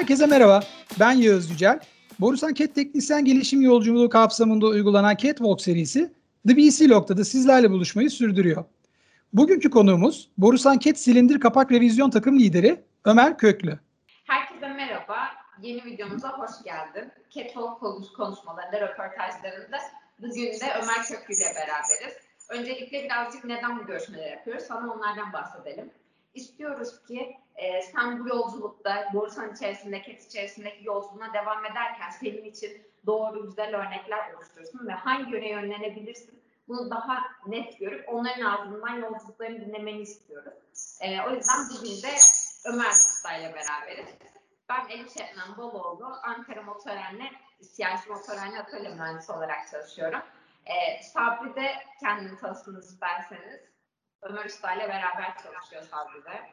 Herkese merhaba, ben Yağız Yücel. Borusan Cat Teknisyen Gelişim Yolculuğu kapsamında uygulanan Catwalk serisi The BC Log'da sizlerle buluşmayı sürdürüyor. Bugünkü konuğumuz Borusan Cat Silindir Kapak Revizyon Takım Lideri Ömer Köklü. Herkese merhaba, yeni videomuza hoş geldin. Catwalk konuşmalarında, röportajlarında bugün de Ömer Köklü ile beraberiz. Öncelikle birazcık neden bu görüşmeleri yapıyoruz, sana onlardan bahsedelim. İstiyoruz ki sen bu yolculukta, Borusan içerisinde, Cat içerisindeki yolculuğuna devam ederken senin için doğru, güzel örnekler oluşturursun ve hangi yöne yönlenebilirsin bunu daha net görüp onların ağzından yolculuklarını dinlemeni istiyoruz. O yüzden bugün de Ömer Usta ile beraberiz. Ben Elif Şebnem Baloğlu, Ankara Motorhane, siyasi motorhane atölye mühendisi olarak çalışıyorum. Sabri de kendini tanısın isterseniz. Ömer Usta ile beraber çalışıyor Sabri de.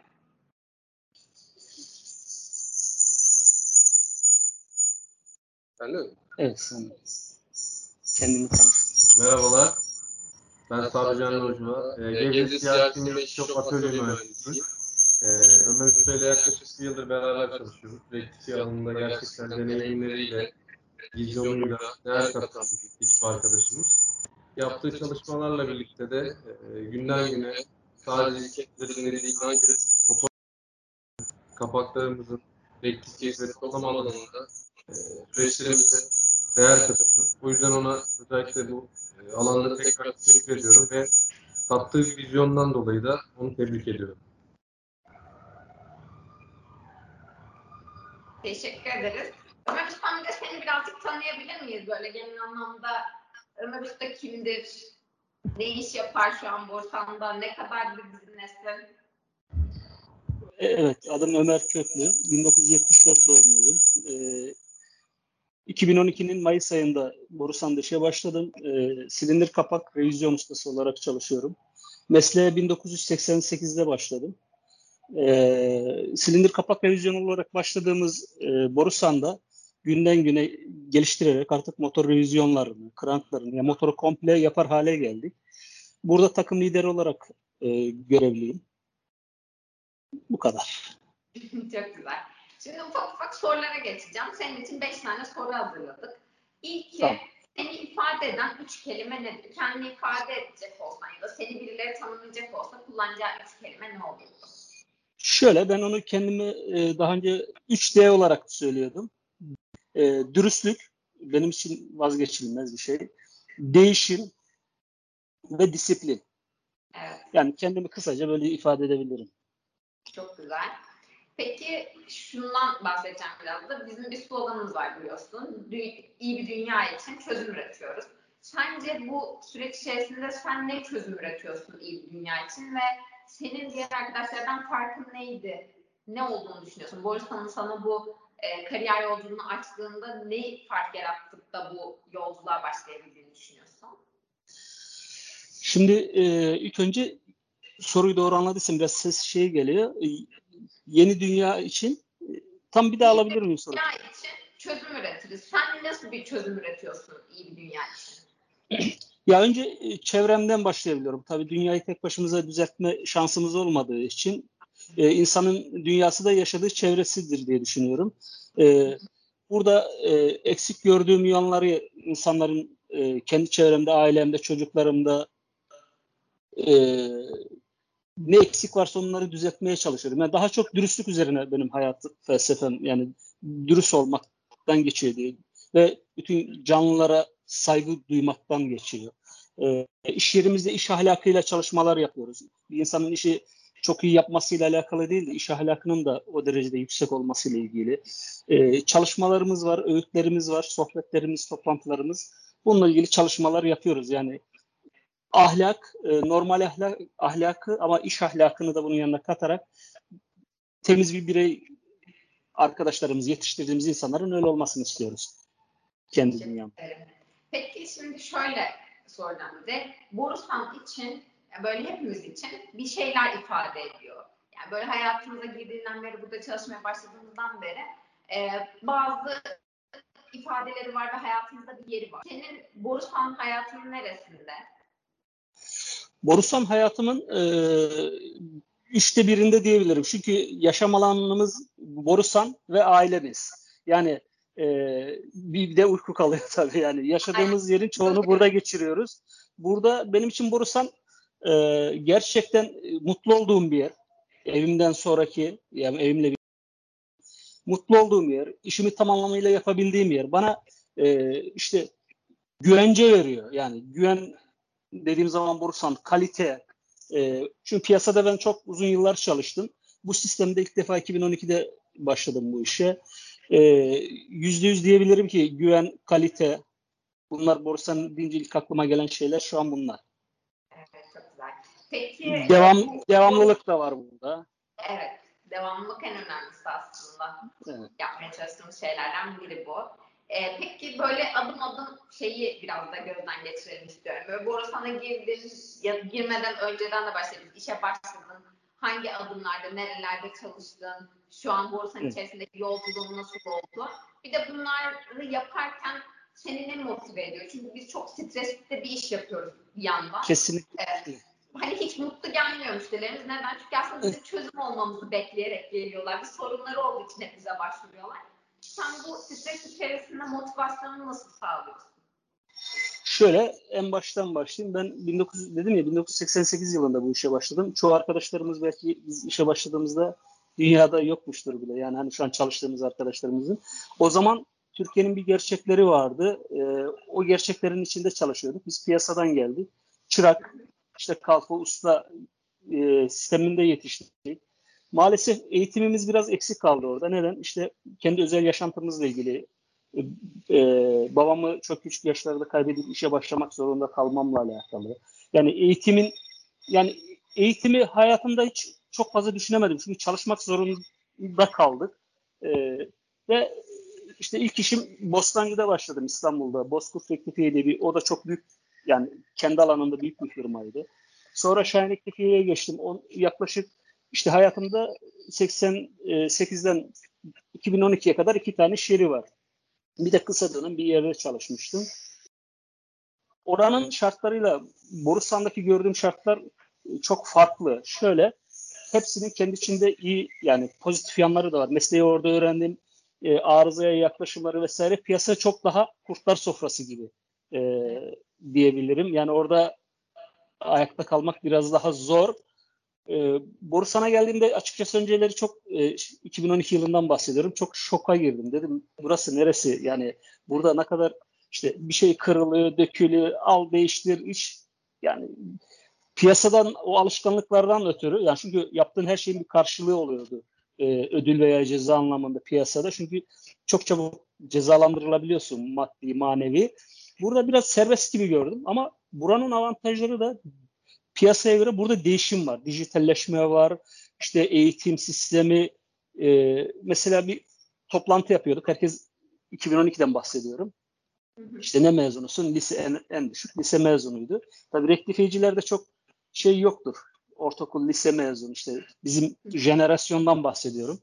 Ben de mi? Evet, sen kendini tanı. Merhabalar, ben Sabri Can Nurcuva. Gebze Siyasi Meşrop Atölye Mühendisiyim. Ömer Usta ile yaklaşık 1 yıldır beraber çalışıyoruz. Rektifiye alanında gerçekten deneyimleriyle, vizyonuyla değer katan ekip arkadaşımız. Yaptığı çalışmalarla birlikte de günden güne sadece ketlerin değil, motor kapaklarımızın rektifiyesi ve toplama alanında süreçlerimize değer katıyor. O yüzden ona özellikle bu alanda tekrar teşekkür ediyorum ve kattığı vizyondan dolayı da onu tebrik ediyorum. Teşekkür ederiz. Ömer Usta'nın da seni birazcık tanıyabilir miyiz böyle genel anlamda? Ömer Usta kimdir? Ne iş yapar şu an Borusan'da? Ne kadardır bizimlesin? Evet, adım Ömer Köklü. 1974 doğumluyum. 2012'nin Mayıs ayında Borusan'da işe başladım. Silindir kapak revizyon ustası olarak çalışıyorum. Mesleğe 1988'de başladım. Silindir kapak revizyonu olarak başladığımız Borusan'da günden güne geliştirerek artık motor revizyonlarını, kranklarını, yani motoru komple yapar hale geldik. Burada takım lideri olarak görevliyim. Bu kadar. Çok güzel. Şimdi ufak ufak sorulara geçeceğim. Senin için 5 tane soru hazırladık. İlki Tamam. seni ifade eden 3 kelime nedir? Kendini ifade edecek olsan ya da seni birileri tanımlayacak olsa kullanacağı 3 kelime ne olurdu? Şöyle, ben onu kendimi daha önce 3D olarak söylüyordum. Dürüstlük benim için vazgeçilmez bir şey. Değişim ve disiplin. Evet. Yani kendimi kısaca böyle ifade edebilirim. Çok güzel. Peki şundan bahsedeceğim biraz da. Bizim bir sloganımız var biliyorsun. İyi bir dünya için çözüm üretiyoruz. Sence bu süreç içerisinde sen ne çözüm üretiyorsun iyi bir dünya için ve senin diğer arkadaşlardan farkın neydi? Ne olduğunu düşünüyorsun? Borusan'ın sana bu kariyer yolculuğunu açtığında ne fark yarattık da bu yolculuğa başlayabildiğini düşünüyorsun? Şimdi ilk önce soruyu doğru anladıysam biraz ses geliyor. Yeni dünya için tam bir daha alabilir miyim soruyu? Dünya için çözüm üretiriz. Sen nasıl bir çözüm üretiyorsun iyi bir dünya için? Ya önce çevremden başlayabiliyorum. Tabii dünyayı tek başımıza düzeltme şansımız olmadığı için insanın dünyası da yaşadığı çevresidir diye düşünüyorum. Burada eksik gördüğüm yanları insanların kendi çevremde, ailemde, çocuklarımda ne eksik varsa onları düzeltmeye çalışıyorum. Yani daha çok dürüstlük üzerine benim hayat felsefem, yani dürüst olmaktan geçiyor diye ve bütün canlılara saygı duymaktan geçiyor. İş yerimizde iş ahlakıyla çalışmalar yapıyoruz. Bir insanın işi çok iyi yapmasıyla alakalı değil de iş ahlakının da o derecede yüksek olmasıyla ilgili. Çalışmalarımız var, öğütlerimiz var, sohbetlerimiz, toplantılarımız. Bununla ilgili çalışmalar yapıyoruz. Yani ahlak, normal ahlakı ama iş ahlakını da bunun yanına katarak temiz bir birey arkadaşlarımız, yetiştirdiğimiz insanların öyle olmasını istiyoruz. Kendi dünyamda. Peki şimdi şöyle soracağım size. Borusan için, böyle hepimiz için bir şeyler ifade ediyor. Yani böyle hayatımıza girdiğinden beri, burada çalışmaya başladığımızdan beri bazı ifadeleri var ve hayatımızda bir yeri var. Senin Borusan hayatının neresinde? Borusan hayatımın üçte birinde diyebilirim. Çünkü yaşam alanımız Borusan ve ailemiz. Yani e, bir de uyku kalıyor tabii yani. Yaşadığımız yerin çoğunu burada geçiriyoruz. Burada benim için Borusan gerçekten mutlu olduğum bir yer. Evimden sonraki, yani evimle mutlu olduğum yer, işimi tam anlamıyla yapabildiğim yer. Bana işte güvence veriyor. Yani güven dediğim zaman Borusan, kalite. Çünkü piyasada ben çok uzun yıllar çalıştım. Bu sistemde ilk defa 2012'de başladım bu işe. %100 diyebilirim ki güven, kalite, bunlar Borusan deyince ilk aklıma gelen şeyler şu an bunlar. Evet, çok güzel. Peki Devamlılık da var burada. Evet, devamlılık en önemlisi aslında. Evet. Yapmaya çalıştığımız şeylerden biri bu. Peki böyle adım adım şeyi biraz da gözden geçirelim istiyorum. Böyle Borusan'a girdin ya girmeden önceden de başladın, işe başladın. Hangi adımlarda, nerelerde çalıştın? Şu an Borusan içerisindeki yolculuğun nasıl oldu? Bir de bunları yaparken seni ne motive ediyor? Çünkü biz çok stresli de bir iş yapıyoruz bir yandan. Kesinlikle. Hani hiç mutlu gelmiyor müşterilerimiz. Neden? Çünkü aslında bizim çözüm olmamızı bekleyerek geliyorlar. Bir sorunları olduğu için hep bize başvuruyorlar. Sen bu stres içerisinde motivasyonunu nasıl sağlıyorsun? Şöyle en baştan başlayayım. Ben 1988 yılında bu işe başladım. Çoğu arkadaşlarımız belki biz işe başladığımızda dünyada yokmuştur bile. Yani hani şu an çalıştığımız arkadaşlarımızın. O zaman Türkiye'nin bir gerçekleri vardı. O gerçeklerin içinde çalışıyorduk. Biz piyasadan geldik. Çırak, işte kalfa, usta sisteminde yetiştik. Maalesef eğitimimiz biraz eksik kaldı orada. Neden? İşte kendi özel yaşantımızla ilgili. Babamı çok küçük yaşlarda kaybedip işe başlamak zorunda kalmamla alakalı. Yani eğitimi hayatımda hiç çok fazla düşünemedim. Çünkü çalışmak zorunda kaldık. Ve işte ilk işim Bostancı'da başladım, İstanbul'da. Bozkurt Rektifiye diye o da çok büyük, yani kendi alanında büyük bir firmaydı. Sonra Şahin Rektifiye'ye geçtim. Yaklaşık işte hayatımda 88'den 2012'ye kadar 2 tane iş yeri var. Bir de kısa dönem bir yerde çalışmıştım. Oranın şartlarıyla Borusan'daki gördüğüm şartlar çok farklı. Şöyle, hepsinin kendi içinde iyi, yani pozitif yanları da var. Mesleği orada öğrendim. Arızaya yaklaşımları vesaire. Piyasa çok daha kurtlar sofrası gibi diyebilirim. Yani orada ayakta kalmak biraz daha zor. Borusan'a geldiğimde açıkçası önceleri çok 2012 yılından bahsediyorum. Çok şoka girdim. Dedim burası neresi? Yani burada ne kadar işte bir şey kırılıyor, dökülüyor, al değiştir iş. Yani piyasadan, o alışkanlıklardan ötürü, yani çünkü yaptığın her şeyin bir karşılığı oluyordu. Ödül veya ceza anlamında piyasada. Çünkü çok çabuk cezalandırılabiliyorsun, maddi, manevi. Burada biraz serbest gibi gördüm ama buranın avantajları da piyasaya göre burada değişim var. Dijitalleşme var. İşte eğitim sistemi. Mesela bir toplantı yapıyorduk. Herkes 2012'den bahsediyorum. İşte ne mezunusun? Lise en düşük lise mezunuydu. Tabii rektifiyecilerde çok şey yoktur. Ortaokul, lise mezunu, işte bizim jenerasyondan bahsediyorum.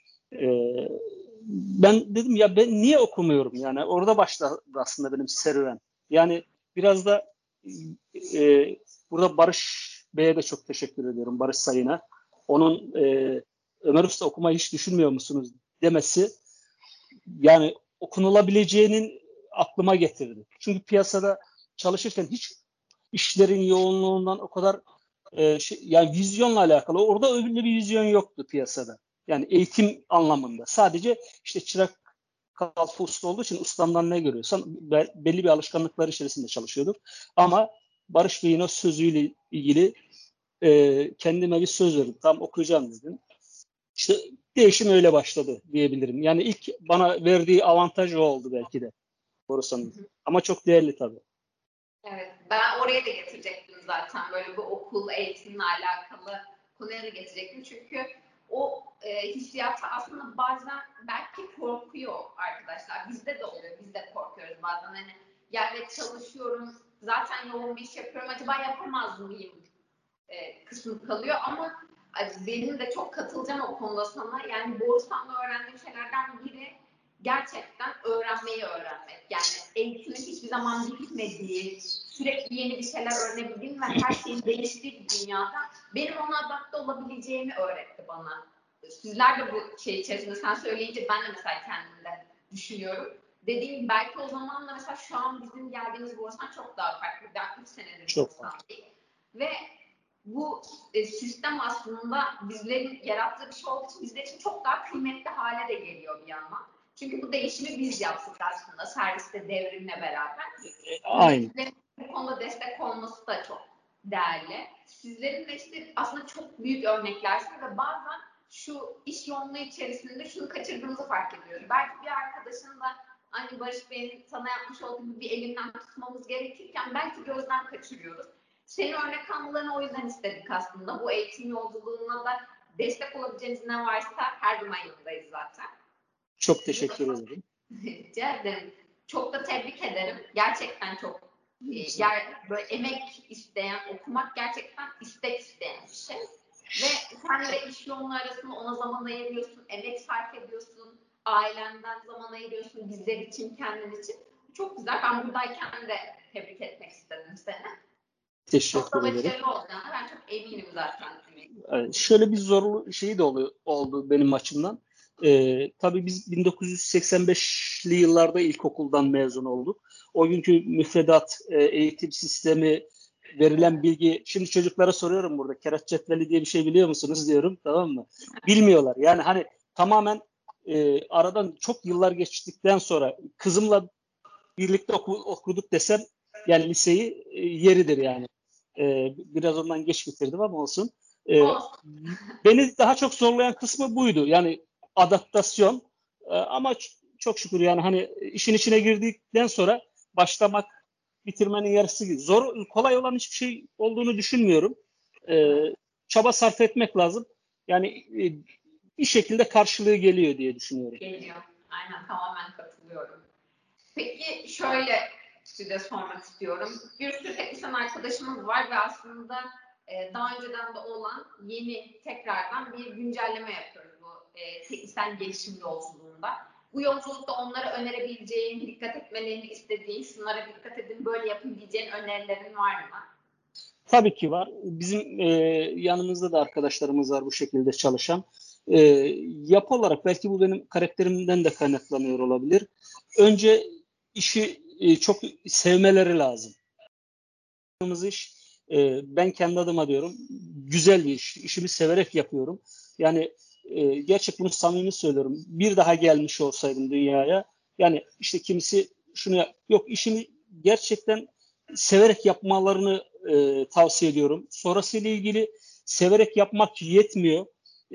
Ben dedim ya ben niye okumuyorum? Yani orada başladı aslında benim serüven. Yani biraz da burada Barış Bey'e de çok teşekkür ediyorum. Barış Sayın'a. Onun Ömer Usta okumayı hiç düşünmüyor musunuz demesi, yani okunulabileceğinin aklıma getirdi. Çünkü piyasada çalışırken hiç işlerin yoğunluğundan o kadar yani vizyonla alakalı orada öyle bir vizyon yoktu piyasada. Yani eğitim anlamında. Sadece işte çırak, kalfa, usta olduğu için ustamdan ne görüyorsan belli bir alışkanlıklar içerisinde çalışıyorduk. Ama Barış Bey'in o sözüyle ilgili kendime bir söz verdim. Tam okuyacağım dedim. İşte değişim öyle başladı diyebilirim. Yani ilk bana verdiği avantaj o oldu belki de Borusan'ın. Ama çok değerli tabii. Evet, ben oraya da getirecektim zaten. Böyle bu okul eğitimle alakalı konuya da getirecektim. Çünkü o hissiyatı aslında bazen belki korkuyor arkadaşlar. Bizde de oluyor. Biz de korkuyoruz bazen. Hani ya evet çalışıyorum, zaten yoğun bir iş yapıyorum. Acaba yapamaz mıyım kısmı kalıyor ama benim de çok katılacağım o konuda sana. Yani Borusan'da öğrendiğim şeylerden biri gerçekten öğrenmek. Yani eğitimin hiçbir zaman bitmediği, sürekli yeni bir şeyler öğrenebildiğim ve her şeyin değiştiği bir dünyada benim ona adapte olabileceğimi öğretti bana. Sizler de bu şey içerisinde sen söyleyince ben de mesela kendimde düşünüyorum. Dediğim gibi belki o zamanla mesela şu an bizim geldiğimiz Borusan çok daha farklı. Ben 3 senedir Borusan'dayım. Ve bu sistem aslında bizlerin yarattığı bir şey olduğu için bizler için çok daha kıymetli hale de geliyor bir yandan. Çünkü bu değişimi biz yaptık aslında serviste devrimle beraber. Aynen. Bu konuda destek olması da çok değerli. Sizlerin de işte aslında çok büyük örneklersiniz ve bazen şu iş yoğunluğu içerisinde şunu kaçırdığımızı fark ediyoruz. Belki bir arkadaşın da hani Barış Bey'in sana yapmış olduğu bir elinden tutmamız gerekirken belki gözden kaçırıyoruz. Senin örnek almalarını o yüzden istedik aslında. Bu eğitim yolculuğuna da destek olabileceğiniz ne varsa her zaman yanındayız zaten. Çok teşekkür ederim. Rica ederim. Çok da tebrik ederim. Gerçekten çok böyle emek isteyen, okumak gerçekten istek isteyen bir şey. Ve sen de iş yoğunluğu arasında ona zaman ayırıyorsun, emek sarf ediyorsun, ailenden zaman ayırıyorsun, bizler için, kendin için. Çok güzel. Ben buradayken de tebrik etmek istedim seni. Teşekkür ederim. Çok da başarılı olacağına ben çok eminim zaten. Şöyle bir zorlu şey de oldu benim açımdan. Tabii biz 1985'li yıllarda ilkokuldan mezun olduk. O günkü müfredat, eğitim sistemi, verilen bilgi. Şimdi çocuklara soruyorum burada. Kerat cetveli diye bir şey biliyor musunuz diyorum. Tamam mı? Bilmiyorlar. Yani hani tamamen aradan çok yıllar geçtikten sonra kızımla birlikte okuduk desem yani liseyi yeridir yani. Biraz ondan geç bitirdim ama olsun. Beni daha çok zorlayan kısmı buydu. Yani adaptasyon. Ama çok şükür yani hani işin içine girdikten sonra başlamak bitirmenin yarısı gibi. Kolay olan hiçbir şey olduğunu düşünmüyorum. Çaba sarf etmek lazım. Yani bir şekilde karşılığı geliyor diye düşünüyorum. Geliyor. Aynen tamamen katılıyorum. Peki şöyle size sormak istiyorum. Bir sürü teknisyen arkadaşımız var ve aslında daha önceden de olan yeni tekrardan bir güncelleme yapıyoruz bu teknisyen gelişim yolculuğunda. Bu yolculukta onlara önerebileceğin, dikkat etmelerini istediğin, şunlara dikkat edin, böyle yapın diyeceğin önerilerin var mı? Tabii ki var. Bizim yanımızda da arkadaşlarımız var bu şekilde çalışan. Yapı olarak belki bu benim karakterimden de kaynaklanıyor olabilir. Önce işi çok sevmeleri lazım. Yaptığımız iş, ben kendi adıma diyorum, güzel bir iş. İşimi severek yapıyorum. Yani gerçek bunu samimi söylüyorum. Bir daha gelmiş olsaydım dünyaya, yani işte kimisi şunu yok işimi gerçekten severek yapmalarını tavsiye ediyorum. Sonrasıyla ilgili severek yapmak yetmiyor.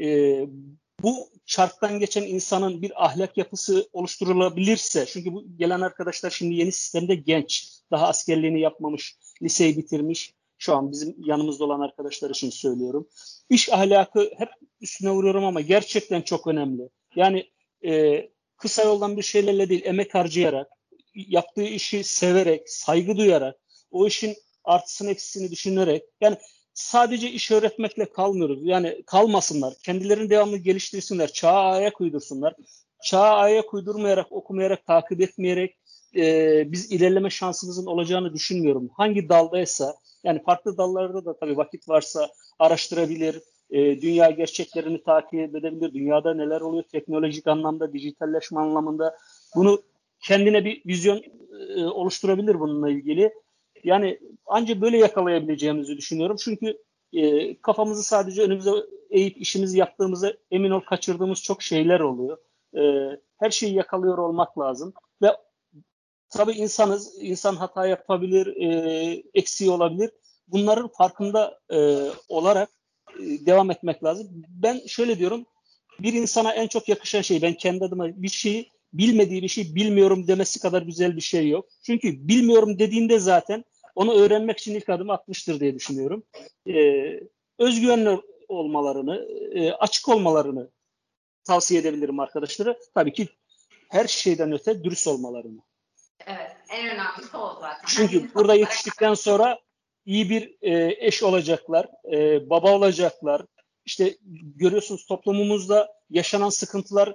Bu çarktan geçen insanın bir ahlak yapısı oluşturulabilirse, çünkü bu gelen arkadaşlar şimdi yeni sistemde genç, daha askerliğini yapmamış, liseyi bitirmiş, şu an bizim yanımızda olan arkadaşlar için söylüyorum. İş ahlakı hep üstüne vuruyorum ama gerçekten çok önemli. Yani kısa yoldan bir şeylerle değil, emek harcayarak, yaptığı işi severek, saygı duyarak, o işin artısını eksisini düşünerek, yani sadece iş öğretmekle kalmıyoruz. Yani kalmasınlar. Kendilerini devamlı geliştirsinler. Çağa ayak uydursunlar. Çağa ayak uydurmayarak, okumayarak, takip etmeyerek biz ilerleme şansımızın olacağını düşünmüyorum. Hangi daldaysa, yani farklı dallarda da tabii vakit varsa araştırabilir, dünya gerçeklerini takip edebilir, dünyada neler oluyor teknolojik anlamda, dijitalleşme anlamında. Bunu kendine bir vizyon oluşturabilir bununla ilgili. Yani ancak böyle yakalayabileceğimizi düşünüyorum. Çünkü kafamızı sadece önümüze eğip işimizi yaptığımızda emin ol kaçırdığımız çok şeyler oluyor. Her şeyi yakalıyor olmak lazım. Ve tabii insanız, insan hata yapabilir, eksiği olabilir. Bunların farkında olarak devam etmek lazım. Ben şöyle diyorum, bir insana en çok yakışan şey, ben kendi adıma bir şeyi, bilmediği bir şey bilmiyorum demesi kadar güzel bir şey yok. Çünkü bilmiyorum dediğinde zaten onu öğrenmek için ilk adım atmıştır diye düşünüyorum. Özgüvenli olmalarını, açık olmalarını tavsiye edebilirim arkadaşlara. Tabii ki her şeyden öte dürüst olmalarını. Evet, en önemlisi o zaten. Çünkü burada yetiştikten sonra iyi bir eş olacaklar, baba olacaklar. İşte görüyorsunuz toplumumuzda yaşanan sıkıntılar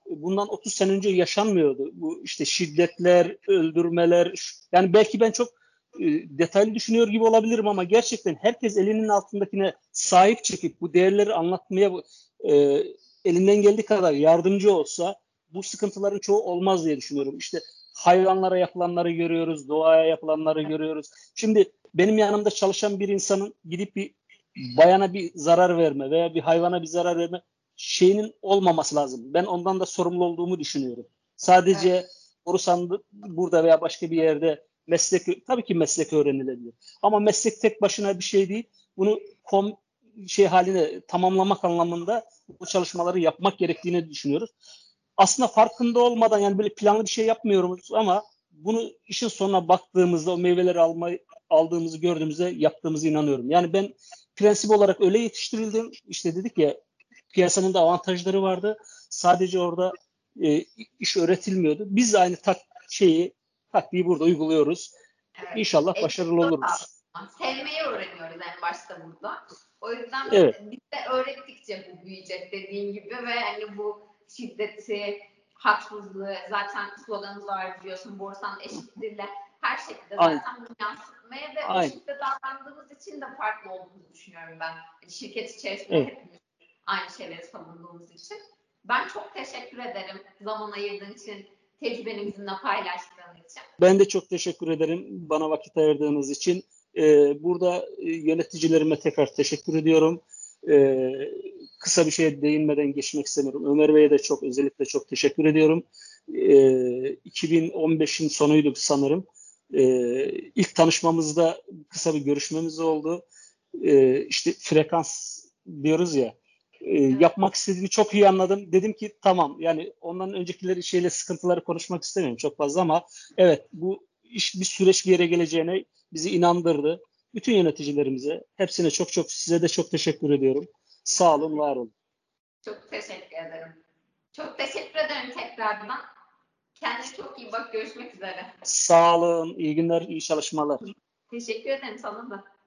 bundan 30 sene önce yaşanmıyordu. Bu işte şiddetler, öldürmeler, yani belki ben çok detaylı düşünüyor gibi olabilirim ama gerçekten herkes elinin altındakine sahip çıkıp bu değerleri anlatmaya elinden geldiği kadar yardımcı olsa bu sıkıntıların çoğu olmaz diye düşünüyorum. İşte hayvanlara yapılanları görüyoruz, doğaya yapılanları görüyoruz. Şimdi benim yanımda çalışan bir insanın gidip bir bayana bir zarar verme veya bir hayvana bir zarar verme şeyinin olmaması lazım. Ben ondan da sorumlu olduğumu düşünüyorum. Sadece Borusan'da burada veya başka bir yerde meslek, tabii ki meslek öğrenilebilir. Ama meslek tek başına bir şey değil. Bunu haline tamamlamak anlamında bu çalışmaları yapmak gerektiğini düşünüyoruz. Aslında farkında olmadan, yani böyle planlı bir şey yapmıyoruz ama bunu işin sonuna baktığımızda o meyveleri aldığımızı gördüğümüzde yaptığımızı inanıyorum. Yani ben prensip olarak öyle yetiştirildim. İşte dedik ya, piyasanın da avantajları vardı. Sadece orada iş öğretilmiyordu. Biz de aynı taktiği burada uyguluyoruz. Evet. İnşallah başarılı oluruz. Sevmeyi öğreniyoruz en başta burada. O yüzden Evet. biz de öğrettikçe bu büyüyecek dediğin gibi ve hani bu şiddeti, haksızlığı, zaten sloganımız var biliyorsun, borsanın eşitliğiyle her şekilde Aynen. zaten bunu yansıtmaya ve o Aynen. şekilde davrandığımız için de farklı olduğumuzu düşünüyorum ben. Yani şirket içerisinde Evet. hepimiz aynı şeyleri savunduğumuz için. Ben çok teşekkür ederim zaman ayırdığın için, tecrübeni bizimle paylaştığın için. Ben de çok teşekkür ederim bana vakit ayırdığınız için. Burada yöneticilerime tekrar teşekkür ediyorum. Kısa bir şeye değinmeden geçmek istemiyorum. Ömer Bey'e de özellikle çok teşekkür ediyorum. 2015'in sonuydu sanırım. İlk tanışmamızda kısa bir görüşmemiz oldu. İşte frekans diyoruz ya. Yapmak istediğini çok iyi anladım. Dedim ki tamam, yani ondan öncekileri sıkıntıları konuşmak istemiyorum çok fazla ama evet, bu iş bir süreç bir yere geleceğine bizi inandırdı. Bütün yöneticilerimize, hepsine size de çok teşekkür ediyorum. Sağ olun, var olun. Çok teşekkür ederim. Çok teşekkür ederim tekrardan. Kendine çok iyi bak. Görüşmek üzere. Sağ olun, iyi günler, iyi çalışmalar. Teşekkür ederim sana da.